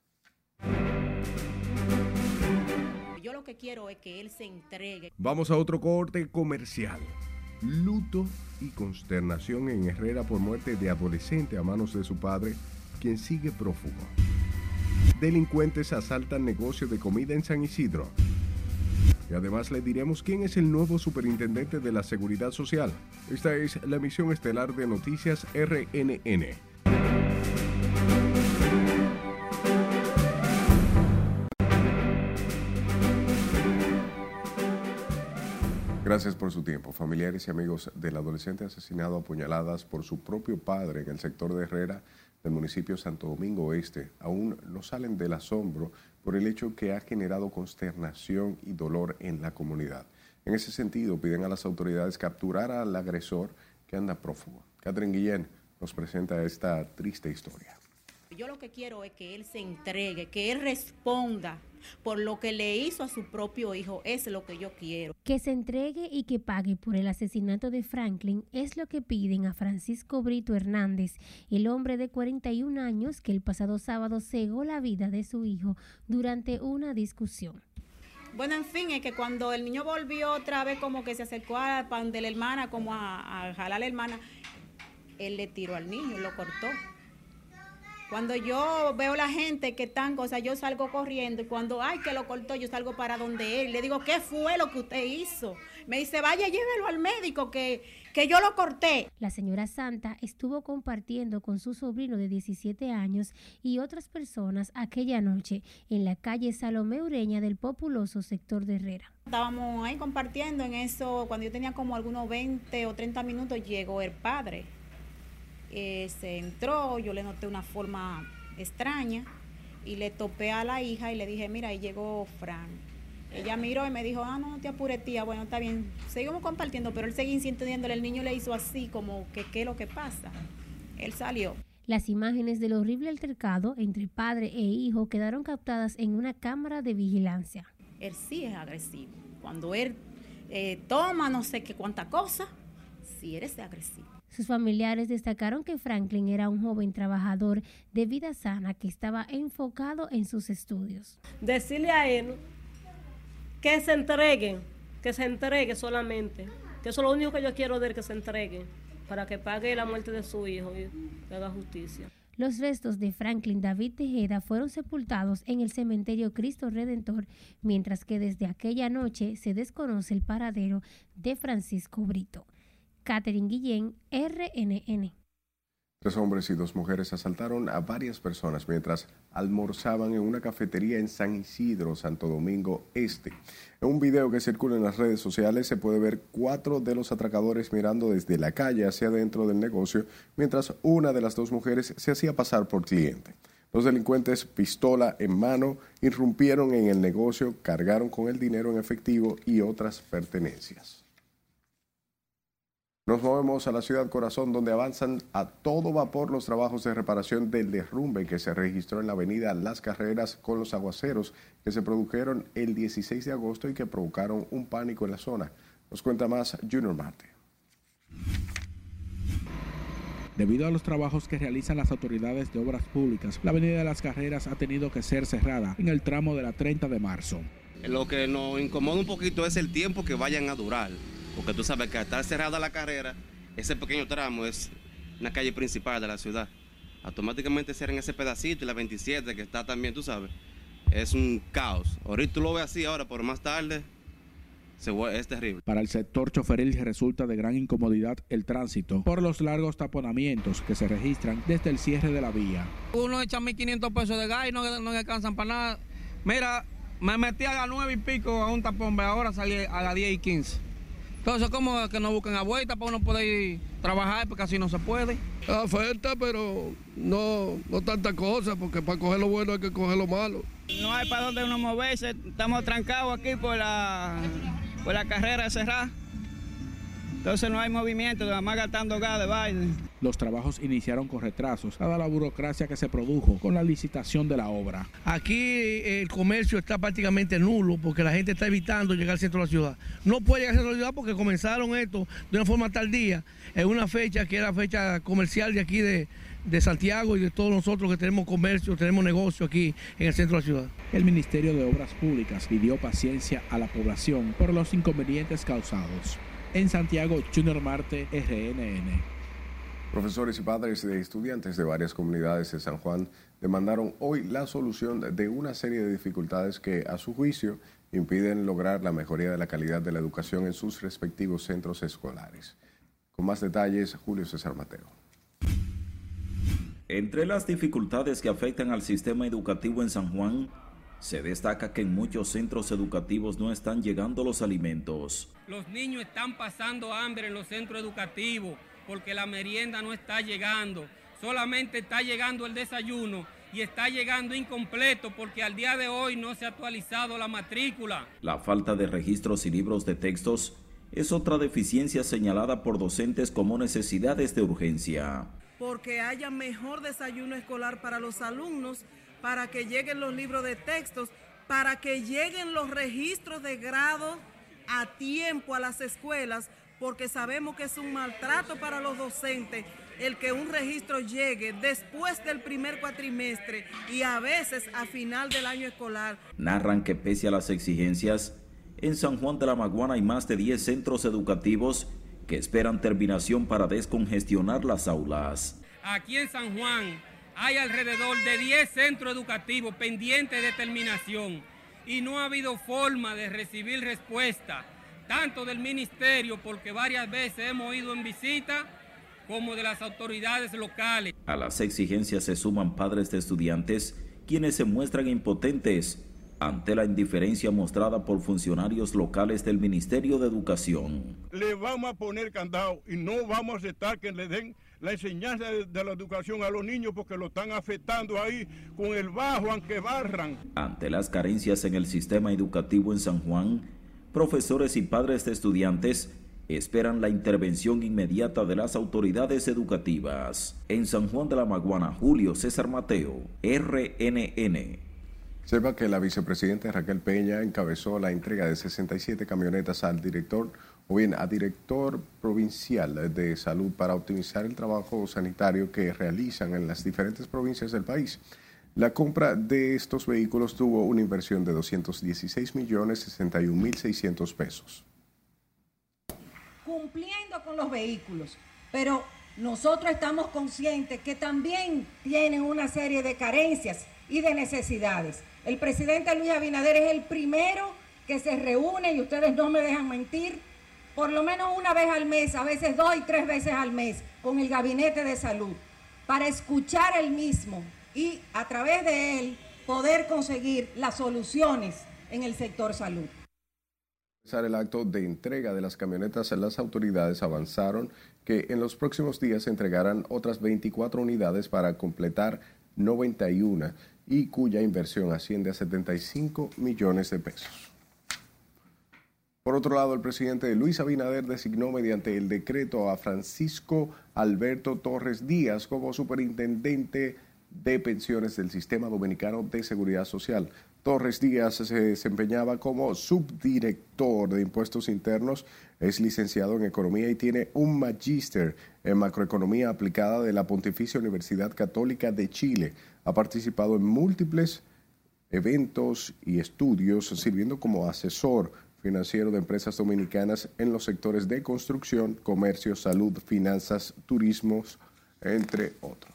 Yo lo que quiero es que él se entregue. Vamos a otro corte comercial. Luto y consternación en Herrera por muerte de adolescente a manos de su padre, quien sigue prófugo. Delincuentes asaltan negocio de comida en San Isidro. Y además le diremos quién es el nuevo superintendente de la Seguridad Social. Esta es la emisión estelar de Noticias RNN. Gracias por su tiempo. Familiares y amigos del adolescente asesinado a puñaladas por su propio padre en el sector de Herrera del municipio Santo Domingo Oeste aún no salen del asombro por el hecho que ha generado consternación y dolor en la comunidad. En ese sentido, piden a las autoridades capturar al agresor que anda prófugo. Catherine Guillén nos presenta esta triste historia. Yo lo que quiero es que él se entregue, que él responda por lo que le hizo a su propio hijo. Es lo que yo quiero. Que se entregue y que pague por el asesinato de Franklin es lo que piden a Francisco Brito Hernández, el hombre de 41 años que el pasado sábado cegó la vida de su hijo durante una discusión. Bueno, en fin, es que cuando el niño volvió otra vez, como que se acercó a pan de la hermana, como a jalar a la hermana, él le tiró al niño, lo cortó. Cuando yo veo la gente que están cosas, yo salgo corriendo y cuando, que lo cortó, yo salgo para donde él. Le digo, ¿qué fue lo que usted hizo? Me dice, vaya, llévelo al médico, que yo lo corté. La señora Santa estuvo compartiendo con su sobrino de 17 años y otras personas aquella noche en la calle Salomé Ureña del populoso sector de Herrera. Estábamos ahí compartiendo en eso, cuando yo tenía como algunos 20 o 30 minutos, llegó el padre. Se entró, yo le noté una forma extraña y le topé a la hija y le dije, mira, ahí llegó Fran. Ella miró y me dijo, no te apures, tía, bueno, está bien. Seguimos compartiendo, pero él seguía insistiéndole, el niño le hizo así, como que qué es lo que pasa. Él salió. Las imágenes del horrible altercado entre padre e hijo quedaron captadas en una cámara de vigilancia. Él sí es agresivo. Cuando él toma no sé qué cuánta cosa, sí eres agresivo. Sus familiares destacaron que Franklin era un joven trabajador de vida sana que estaba enfocado en sus estudios. Decirle a él que se entregue solamente, que eso es lo único que yo quiero de él, que se entregue, para que pague la muerte de su hijo y haga justicia. Los restos de Franklin David Tejeda fueron sepultados en el cementerio Cristo Redentor, mientras que desde aquella noche se desconoce el paradero de Francisco Brito. Catherine Guillén, RNN. 3 hombres y 2 mujeres asaltaron a varias personas mientras almorzaban en una cafetería en San Isidro, Santo Domingo Este. En un video que circula en las redes sociales se puede ver 4 de los atracadores mirando desde la calle hacia adentro del negocio, mientras una de las 2 mujeres se hacía pasar por cliente. Los delincuentes, pistola en mano, irrumpieron en el negocio, cargaron con el dinero en efectivo y otras pertenencias. Nos movemos a la ciudad corazón, donde avanzan a todo vapor los trabajos de reparación del derrumbe que se registró en la avenida Las Carreras con los aguaceros que se produjeron el 16 de agosto y que provocaron un pánico en la zona. Nos cuenta más Junior Marte. Debido a los trabajos que realizan las autoridades de obras públicas, la avenida de las Carreras ha tenido que ser cerrada en el tramo de la 30 de marzo. Lo que nos incomoda un poquito es el tiempo que vayan a durar, porque tú sabes que al estar cerrada la carrera, ese pequeño tramo es una calle principal de la ciudad. Automáticamente cierran ese pedacito y la 27 que está también, tú sabes, es un caos. Ahorita tú lo ves así ahora, pero más tarde es terrible. Para el sector choferil resulta de gran incomodidad el tránsito por los largos taponamientos que se registran desde el cierre de la vía. Uno echa 1.500 pesos de gas y no alcanzan para nada. Mira, me metí a las 9 y pico a un tapón, ahora salí a las 10 y 15. Entonces, ¿cómo que nos busquen a vuelta para uno poder ir a trabajar? Porque así no se puede. Oferta, pero no tanta cosa, porque para coger lo bueno hay que coger lo malo. No hay para dónde uno moverse, estamos trancados aquí por la carrera cerrada. Entonces no hay movimiento, nada más gastando gas de baile. Los trabajos iniciaron con retrasos, dada la burocracia que se produjo con la licitación de la obra. Aquí el comercio está prácticamente nulo porque la gente está evitando llegar al centro de la ciudad. No puede llegar al centro de la ciudad porque comenzaron esto de una forma tardía, en una fecha que era fecha comercial de aquí de Santiago y de todos nosotros que tenemos comercio, tenemos negocio aquí en el centro de la ciudad. El Ministerio de Obras Públicas pidió paciencia a la población por los inconvenientes causados. En Santiago, Junior Marte, RNN. Profesores y padres de estudiantes de varias comunidades de San Juan demandaron hoy la solución de una serie de dificultades que, a su juicio, impiden lograr la mejoría de la calidad de la educación en sus respectivos centros escolares. Con más detalles, Julio César Mateo. Entre las dificultades que afectan al sistema educativo en San Juan, se destaca que en muchos centros educativos no están llegando los alimentos. Los niños están pasando hambre en los centros educativos porque la merienda no está llegando. Solamente está llegando el desayuno y está llegando incompleto porque al día de hoy no se ha actualizado la matrícula. La falta de registros y libros de textos es otra deficiencia señalada por docentes como necesidades de urgencia. Porque haya mejor desayuno escolar para los alumnos, para que lleguen los libros de textos, para que lleguen los registros de grado a tiempo a las escuelas, porque sabemos que es un maltrato para los docentes el que un registro llegue después del primer cuatrimestre y a veces a final del año escolar. Narran que pese a las exigencias, en San Juan de la Maguana hay más de 10 centros educativos que esperan terminación para descongestionar las aulas. Aquí en San Juan hay alrededor de 10 centros educativos pendientes de terminación y no ha habido forma de recibir respuesta, tanto del ministerio, porque varias veces hemos ido en visita, como de las autoridades locales. A las exigencias se suman padres de estudiantes, quienes se muestran impotentes ante la indiferencia mostrada por funcionarios locales del Ministerio de Educación. Le vamos a poner candado y no vamos a aceptar que le den la enseñanza de la educación a los niños porque lo están afectando ahí con el bajo, aunque barran. Ante las carencias en el sistema educativo en San Juan, profesores y padres de estudiantes esperan la intervención inmediata de las autoridades educativas. En San Juan de la Maguana, Julio César Mateo, RNN. Sepa que la vicepresidenta Raquel Peña encabezó la entrega de 67 camionetas al director provincial de salud para optimizar el trabajo sanitario que realizan en las diferentes provincias del país. La compra de estos vehículos tuvo una inversión de 216.061.600 pesos. Cumpliendo con los vehículos, pero nosotros estamos conscientes que también tienen una serie de carencias y de necesidades. El presidente Luis Abinader es el primero que se reúne, y ustedes no me dejan mentir, por lo menos una vez al mes, a veces 2 y 3 veces al mes, con el Gabinete de Salud, para escuchar el mismo y a través de él poder conseguir las soluciones en el sector salud. El acto de entrega de las camionetas, las autoridades avanzaron que en los próximos días se entregarán otras 24 unidades para completar 91 y cuya inversión asciende a 75 millones de pesos. Por otro lado, el presidente Luis Abinader designó mediante el decreto a Francisco Alberto Torres Díaz como superintendente de pensiones del Sistema Dominicano de Seguridad Social. Torres Díaz se desempeñaba como subdirector de impuestos internos, es licenciado en economía y tiene un magíster en macroeconomía aplicada de la Pontificia Universidad Católica de Chile. Ha participado en múltiples eventos y estudios, sirviendo como asesor financiero de empresas dominicanas en los sectores de construcción, comercio, salud, finanzas, turismo, entre otros.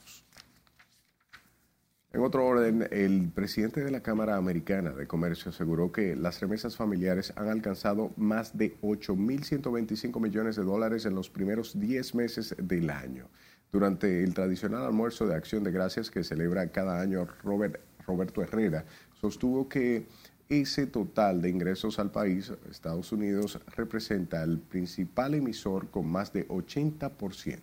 En otro orden, el presidente de la Cámara Americana de Comercio aseguró que las remesas familiares han alcanzado más de 8.125 millones de dólares en los primeros 10 meses del año. Durante el tradicional almuerzo de Acción de Gracias que celebra cada año Roberto Herrera, sostuvo que ese total de ingresos al país, Estados Unidos, representa el principal emisor con más de 80%.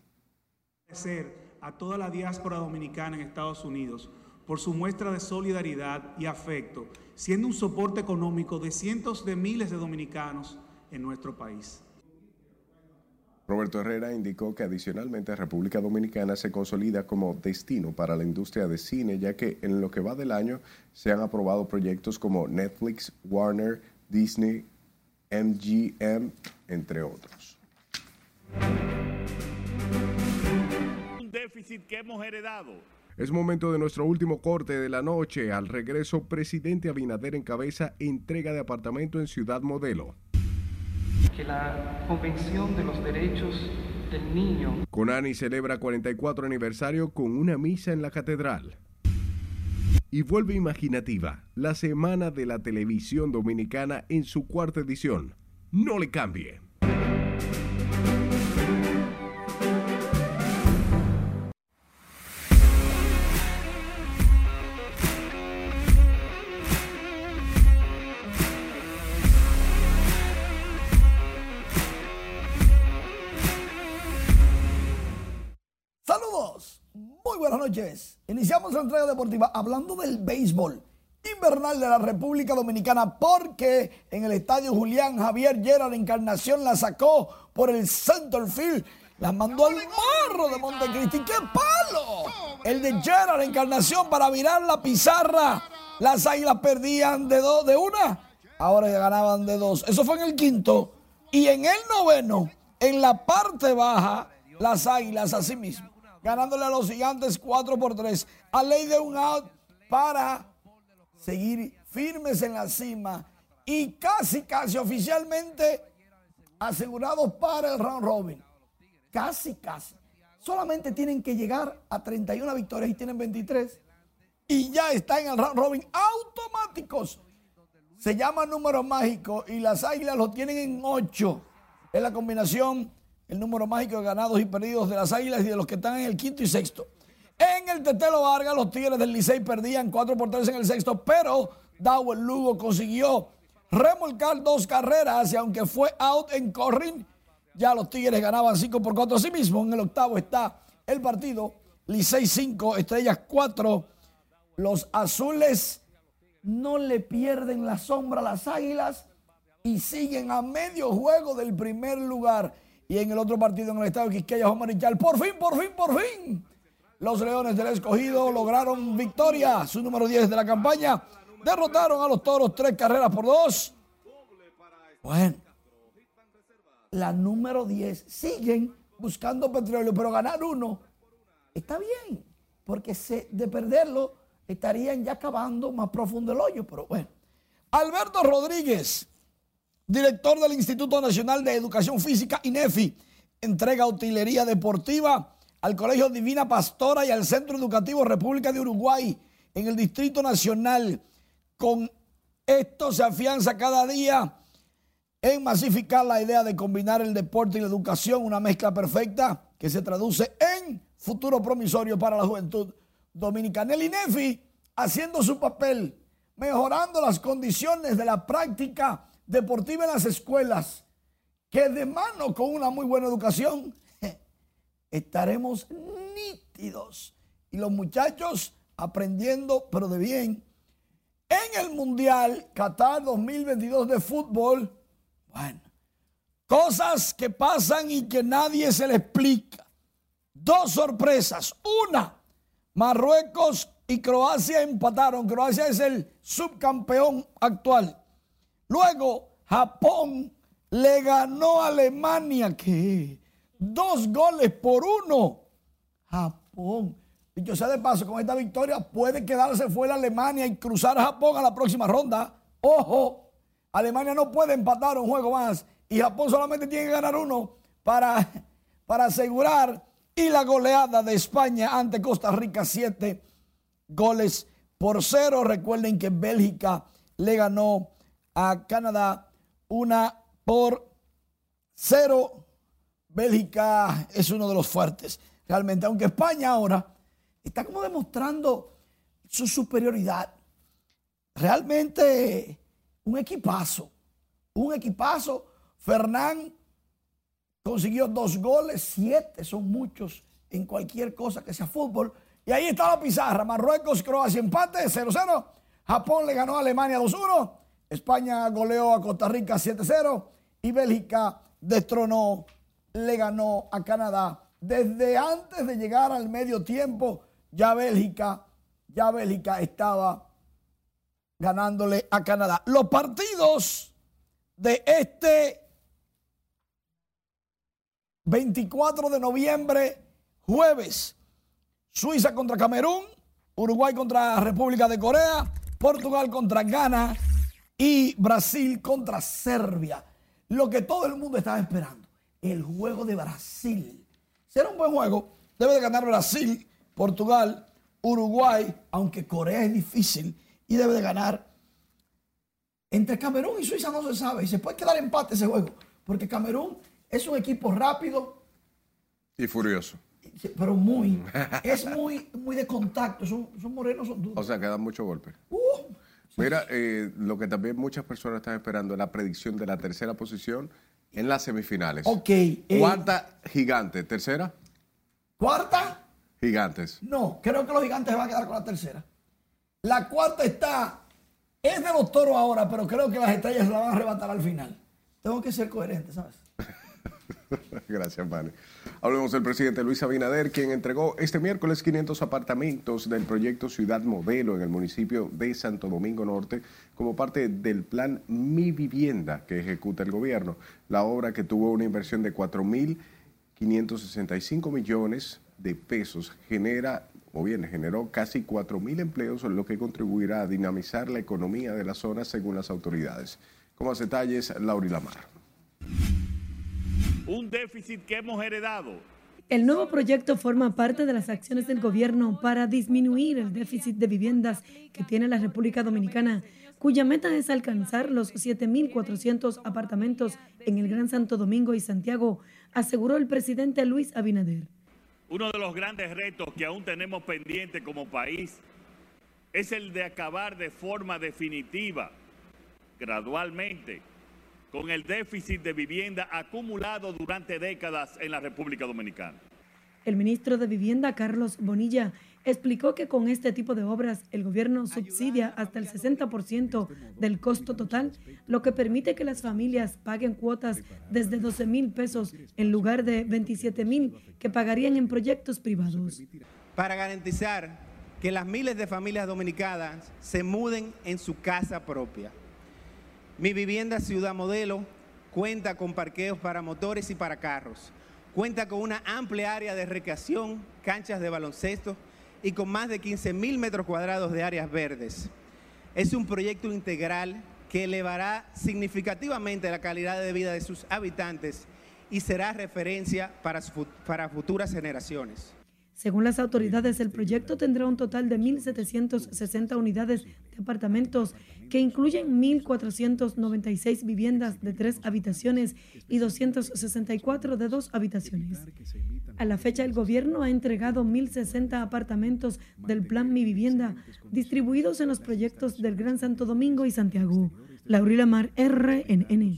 A toda la diáspora dominicana en Estados Unidos por su muestra de solidaridad y afecto, siendo un soporte económico de cientos de miles de dominicanos en nuestro país. Roberto Herrera indicó que adicionalmente República Dominicana se consolida como destino para la industria de cine, ya que en lo que va del año se han aprobado proyectos como Netflix, Warner, Disney, MGM, entre otros. Déficit que hemos heredado. Es momento de nuestro último corte de la noche. Al regreso, presidente Abinader encabeza entrega de apartamento en Ciudad Modelo. Que la Convención de los Derechos del Niño. CONANI celebra 44 aniversario con una misa en la catedral. Y vuelve imaginativa la Semana de la Televisión Dominicana en su cuarta edición. No le cambie. Saludos, muy buenas noches. Iniciamos la entrega deportiva hablando del béisbol invernal de la República Dominicana, porque en el estadio Julián Javier Gerard Encarnación la sacó por el center field, la mandó al morro de Montecristi. ¡Qué palo! El de Gerard Encarnación para virar la pizarra. Las Águilas perdían de una, ahora ya ganaban de 2. Eso fue en el quinto. Y en el noveno, en la parte baja, las Águilas así mismo, ganándole a los Gigantes 4-3, a ley de un out para seguir firmes en la cima y casi oficialmente asegurados para el round robin. Casi. Solamente tienen que llegar a 31 victorias y tienen 23 y ya están en el round robin automáticos. Se llama número mágico y las Águilas lo tienen en 8. Es la combinación, el número mágico de ganados y perdidos de las Águilas y de los que están en el quinto y sexto. En el Tetelo Vargas, los Tigres del Licey perdían 4-3 en el sexto, pero Dawel Lugo consiguió remolcar 2 carreras y aunque fue out en Corrin, ya los Tigres ganaban 5-4. Así mismo, en el octavo está el partido, Licey 5, Estrellas 4. Los azules no le pierden la sombra a las Águilas y siguen a medio juego del primer lugar. Y en el otro partido, en el estadio Quisqueya, Juan Marichal, por fin, los Leones del Escogido lograron victoria, su número 10 de la campaña. Derrotaron a los Toros 3-2. Bueno, la número 10 siguen buscando petróleo, pero ganar uno está bien, porque de perderlo estarían ya cavando más profundo el hoyo, pero bueno. Alberto Rodríguez, director del Instituto Nacional de Educación Física, INEFI, entrega utilería deportiva al Colegio Divina Pastora y al Centro Educativo República de Uruguay en el Distrito Nacional. Con esto se afianza cada día en masificar la idea de combinar el deporte y la educación, una mezcla perfecta que se traduce en futuro promisorio para la juventud dominicana. El INEFI haciendo su papel, mejorando las condiciones de la práctica deportiva en las escuelas, que de mano con una muy buena educación estaremos nítidos y los muchachos aprendiendo, pero de bien. En el Mundial Qatar 2022 de fútbol, bueno, cosas que pasan y que nadie se le explica. 2 sorpresas. Una, Marruecos y Croacia empataron. Croacia es el subcampeón actual. Luego, Japón le ganó a Alemania, ¿qué? 2-1. Japón. Dicho sea de paso, con esta victoria puede quedarse fuera Alemania y cruzar a Japón a la próxima ronda. Ojo, Alemania no puede empatar un juego más y Japón solamente tiene que ganar uno para asegurar. Y la goleada de España ante Costa Rica, 7-0. Recuerden que Bélgica le ganó a Canadá 1-0. Bélgica es uno de los fuertes, realmente, aunque España ahora está como demostrando su superioridad. Realmente un equipazo. Fernán consiguió 2 goles, 7 son muchos en cualquier cosa que sea fútbol. Y ahí está la pizarra. Marruecos, Croacia, empate, 0-0. Japón le ganó a Alemania 2-1. España goleó a Costa Rica 7-0. Y Bélgica destronó, le ganó a Canadá. Desde antes de llegar al medio tiempo, ya Bélgica estaba ganándole a Canadá. Los partidos de este 24 de noviembre, jueves: Suiza contra Camerún, Uruguay contra República de Corea, Portugal contra Ghana y Brasil contra Serbia. Lo que todo el mundo estaba esperando, el juego de Brasil. Será un buen juego, debe de ganar Brasil, Portugal, Uruguay, aunque Corea es difícil, y debe de ganar. Entre Camerún y Suiza no se sabe, y se puede quedar empate ese juego, porque Camerún es un equipo rápido y furioso. Pero es muy de contacto, son morenos, son duros. O sea, que dan mucho golpe. Mira, lo que también muchas personas están esperando es la predicción de la tercera posición en las semifinales. Ok. ¿Cuarta? Gigante. ¿Tercera? ¿Cuarta? Gigantes. No, creo que los Gigantes se van a quedar con la tercera. La cuarta es de los Toros ahora, pero creo que las Estrellas la van a arrebatar al final. Tengo que ser coherente, ¿sabes? Gracias, Manny. Hablemos del presidente Luis Abinader, quien entregó este miércoles 500 apartamentos del proyecto Ciudad Modelo en el municipio de Santo Domingo Norte como parte del plan Mi Vivienda que ejecuta el gobierno. La obra, que tuvo una inversión de 4.565 millones de pesos, generó casi 4.000 empleos, lo que contribuirá a dinamizar la economía de la zona según las autoridades. Con más detalles, Lauri Lamar. Un déficit que hemos heredado. El nuevo proyecto forma parte de las acciones del gobierno para disminuir el déficit de viviendas que tiene la República Dominicana, cuya meta es alcanzar los 7.400 apartamentos en el Gran Santo Domingo y Santiago, aseguró el presidente Luis Abinader. Uno de los grandes retos que aún tenemos pendiente como país es el de acabar de forma definitiva, gradualmente, con el déficit de vivienda acumulado durante décadas en la República Dominicana. El ministro de Vivienda, Carlos Bonilla, explicó que con este tipo de obras el gobierno subsidia hasta el 60% del costo total, lo que permite que las familias paguen cuotas desde 12,000 pesos en lugar de 27,000 que pagarían en proyectos privados. Para garantizar que las miles de familias dominicanas se muden en su casa propia. Mi Vivienda Ciudad Modelo cuenta con parqueos para motores y para carros. Cuenta con una amplia área de recreación, canchas de baloncesto y con más de 15,000 metros cuadrados de áreas verdes. Es un proyecto integral que elevará significativamente la calidad de vida de sus habitantes y será referencia para futuras generaciones. Según las autoridades, el proyecto tendrá un total de 1.760 unidades de apartamentos que incluyen 1.496 viviendas de 3 habitaciones y 264 de 2 habitaciones. A la fecha, el gobierno ha entregado 1.060 apartamentos del Plan Mi Vivienda, distribuidos en los proyectos del Gran Santo Domingo y Santiago. Lauri Lamar, RNN.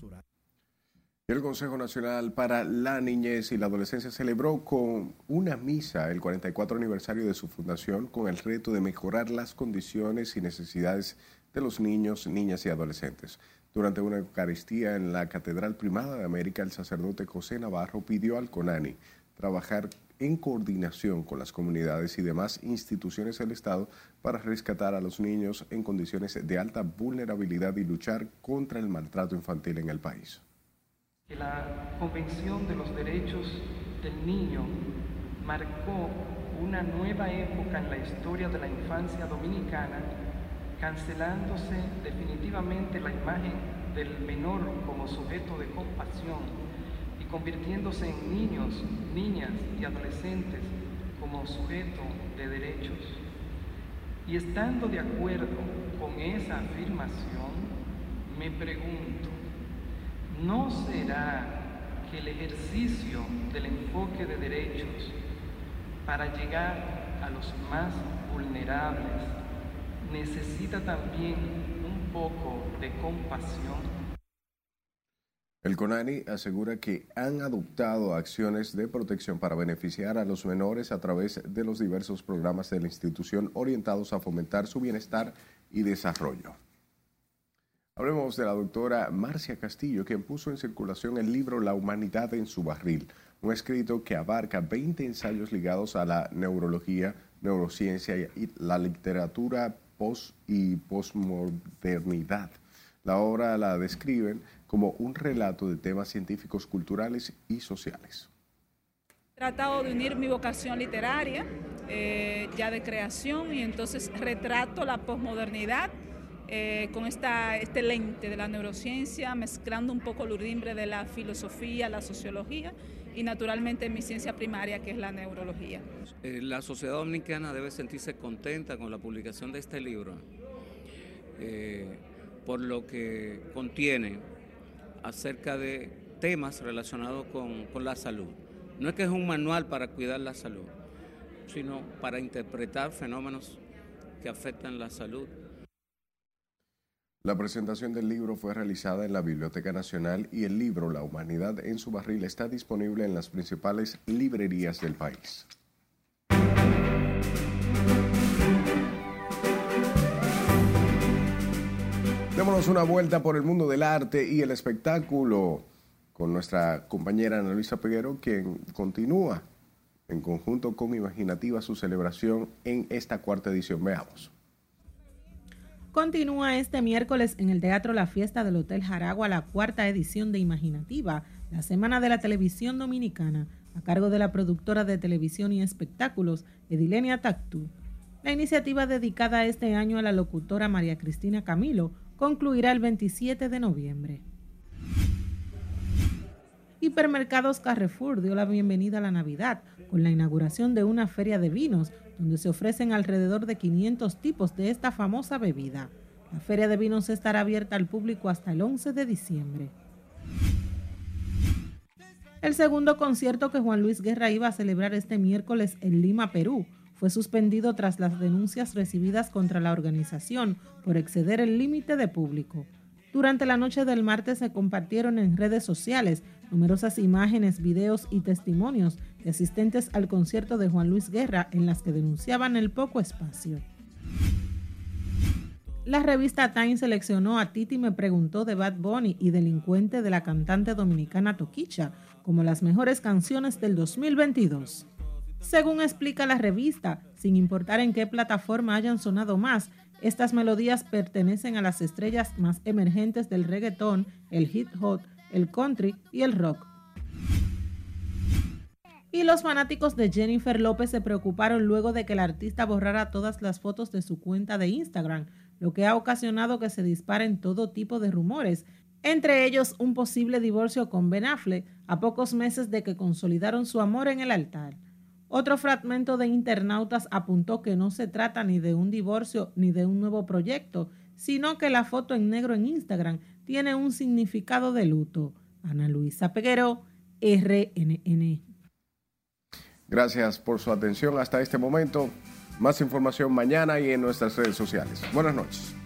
El Consejo Nacional para la Niñez y la Adolescencia celebró con una misa el 44 aniversario de su fundación con el reto de mejorar las condiciones y necesidades de los niños, niñas y adolescentes. Durante una Eucaristía en la Catedral Primada de América, el sacerdote José Navarro pidió al CONANI trabajar en coordinación con las comunidades y demás instituciones del Estado para rescatar a los niños en condiciones de alta vulnerabilidad y luchar contra el maltrato infantil en el país. La Convención de los Derechos del Niño marcó una nueva época en la historia de la infancia dominicana, cancelándose definitivamente la imagen del menor como sujeto de compasión y convirtiéndose en niños, niñas y adolescentes como sujeto de derechos. Y estando de acuerdo con esa afirmación, me pregunto, ¿no será que el ejercicio del enfoque de derechos para llegar a los más vulnerables necesita también un poco de compasión? El CONANI asegura que han adoptado acciones de protección para beneficiar a los menores a través de los diversos programas de la institución orientados a fomentar su bienestar y desarrollo. Hablemos de la doctora Marcia Castillo, quien puso en circulación el libro La humanidad en su barril, un escrito que abarca 20 ensayos ligados a la neurología, neurociencia y la literatura y posmodernidad. La obra la describen como un relato de temas científicos, culturales y sociales. He tratado de unir mi vocación literaria, ya de creación, y entonces retrato la posmodernidad con este lente de la neurociencia, mezclando un poco el urdimbre de la filosofía, la sociología y naturalmente mi ciencia primaria, que es la neurología. La sociedad dominicana debe sentirse contenta con la publicación de este libro, por lo que contiene acerca de temas relacionados con la salud. No es que es un manual para cuidar la salud, sino para interpretar fenómenos que afectan la salud. La presentación del libro fue realizada en la Biblioteca Nacional y el libro La humanidad en su barril está disponible en las principales librerías del país. Démonos una vuelta por el mundo del arte y el espectáculo con nuestra compañera Ana Luisa Peguero, quien continúa en conjunto con Imaginativa su celebración en esta cuarta edición. Veamos. Continúa este miércoles en el Teatro La Fiesta del Hotel Jaragua la cuarta edición de Imaginativa, la Semana de la Televisión Dominicana, a cargo de la productora de televisión y espectáculos, Edilenia Tactú. La iniciativa dedicada este año a la locutora María Cristina Camilo concluirá el 27 de noviembre. Hipermercados Carrefour dio la bienvenida a la Navidad con la inauguración de una feria de vinos donde se ofrecen alrededor de 500 tipos de esta famosa bebida. La feria de vinos estará abierta al público hasta el 11 de diciembre. El segundo concierto que Juan Luis Guerra iba a celebrar este miércoles en Lima, Perú, fue suspendido tras las denuncias recibidas contra la organización por exceder el límite de público. Durante la noche del martes se compartieron en redes sociales numerosas imágenes, videos y testimonios de asistentes al concierto de Juan Luis Guerra en las que denunciaban el poco espacio. La revista Time seleccionó a Titi Me Preguntó de Bad Bunny y Delincuente de la cantante dominicana Toquicha como las mejores canciones del 2022. Según explica la revista, sin importar en qué plataforma hayan sonado más, estas melodías pertenecen a las estrellas más emergentes del reggaetón, el hip hop, el country y el rock. Y los fanáticos de Jennifer López se preocuparon luego de que el artista borrara todas las fotos de su cuenta de Instagram, lo que ha ocasionado que se disparen todo tipo de rumores, entre ellos un posible divorcio con Ben Affleck a pocos meses de que consolidaron su amor en el altar. Otro fragmento de internautas apuntó que no se trata ni de un divorcio ni de un nuevo proyecto, sino que la foto en negro en Instagram tiene un significado de luto. Ana Luisa Peguero, RNN. Gracias por su atención hasta este momento. Más información mañana y en nuestras redes sociales. Buenas noches.